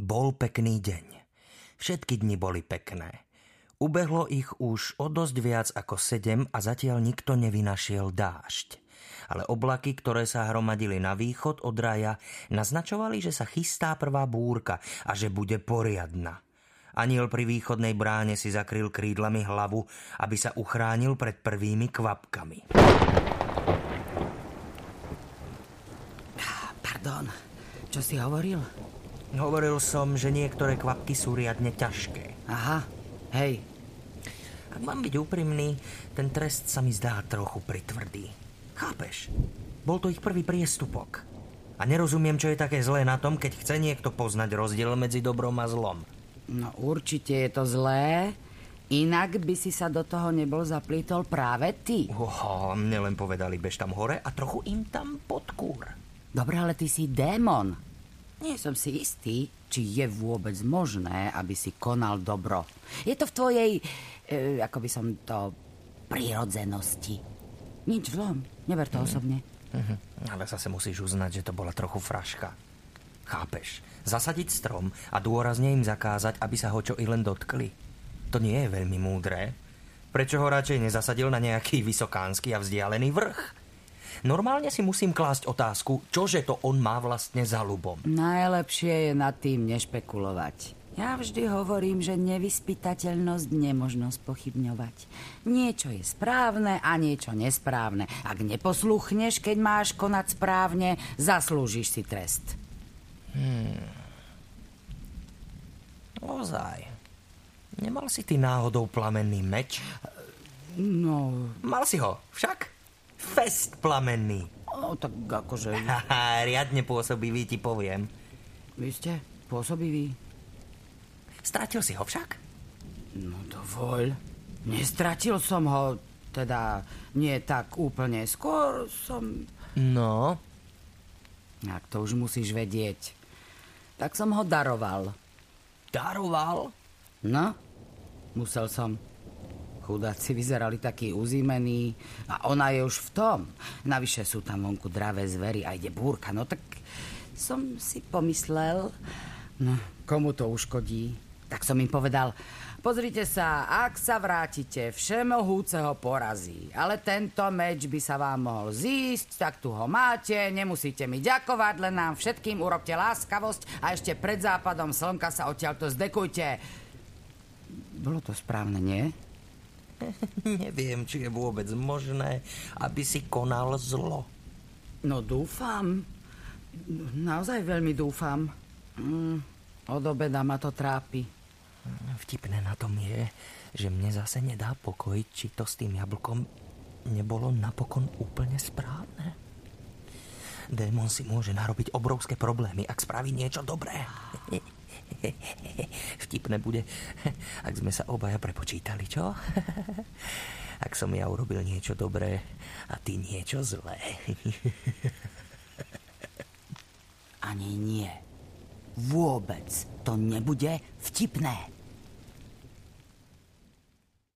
Bol pekný deň. Všetky dni boli pekné. Ubehlo ich už o dosť viac ako 7 a zatiaľ nikto nevynašiel dážď. Ale oblaky, ktoré sa hromadili na východ od raja, naznačovali, že sa chystá prvá búrka a že bude poriadna. Anjel pri východnej bráne si zakryl krídlami hlavu, aby sa uchránil pred prvými kvapkami. Pardon, čo si hovoril? Hovoril som, že niektoré kvapky sú riadne ťažké. Aha, hej. Ak mám byť úprimný, ten trest sa mi zdá trochu pritvrdý. Chápeš? Bol to ich prvý priestupok. A nerozumiem, čo je také zlé na tom, keď chce niekto poznať rozdiel medzi dobrom a zlom. No určite je to zlé, inak by si sa do toho nebol zaplítol práve ty. Mne len povedali, bež tam hore a trochu im tam podkúr. Dobre, ale ty si démon. Nie som si istý, či je vôbec možné, aby si konal dobro. Je to v tvojej, ako by som to, prirodzenosti. Nič zlom, neber to osobne. Ale zase musíš uznať, že to bola trochu fraška. Chápeš? Zasadiť strom a dôrazne im zakázať, aby sa ho čo i len dotkli. To nie je veľmi múdre. Prečo ho radšej nezasadil na nejaký vysokánsky a vzdialený vrch? Normálne si musím klásť otázku, čože to on má vlastne za ľubom. Najlepšie je nad tým nešpekulovať. Ja vždy hovorím, že nevyspytateľnosť nemožno spochybňovať. Niečo je správne a niečo nesprávne. Ak neposluchneš, keď máš konať správne, zaslúžiš si trest. Ozaj. Nemal si ty náhodou plamenný meč? No... Mal si ho, však? Fest plamenný. No, tak akože... Riadne pôsobivý, ti poviem. Vy ste pôsobivý? Stratil si ho však? No dovoľ. Nestratil som ho, teda nie tak úplne. Skôr som... No? Ak to už musíš vedieť. Tak som ho daroval. Daroval? No, musel som. Chudáci vyzerali takí uzímení a ona je už v tom. Navyše sú tam vonku dravé zvery a ide búrka. No tak som si pomyslel, no komu to uškodí? Tak som im povedal, pozrite sa, ak sa vrátite, všemohúceho porazí. Ale tento meč by sa vám mohol zísť, tak tu ho máte, nemusíte mi ďakovať, len nám všetkým urobte láskavosť a ešte pred západom slnka sa odtiaľto zdekujte. Bolo to správne, nie? Neviem, či je vôbec možné, aby si konal zlo. No dúfam. Naozaj veľmi dúfam. Od obeda ma to trápi. Vtipné na tom je, že mne zase nedá pokoj, či to s tým jablkom nebolo napokon úplne správne. Démon si môže narobiť obrovské problémy, ak spraví niečo dobré. Vtipné bude, ak sme sa obaja prepočítali, čo? Ak som ja urobil niečo dobré a ty niečo zlé. Ani nie. Vôbec to nebude vtipné.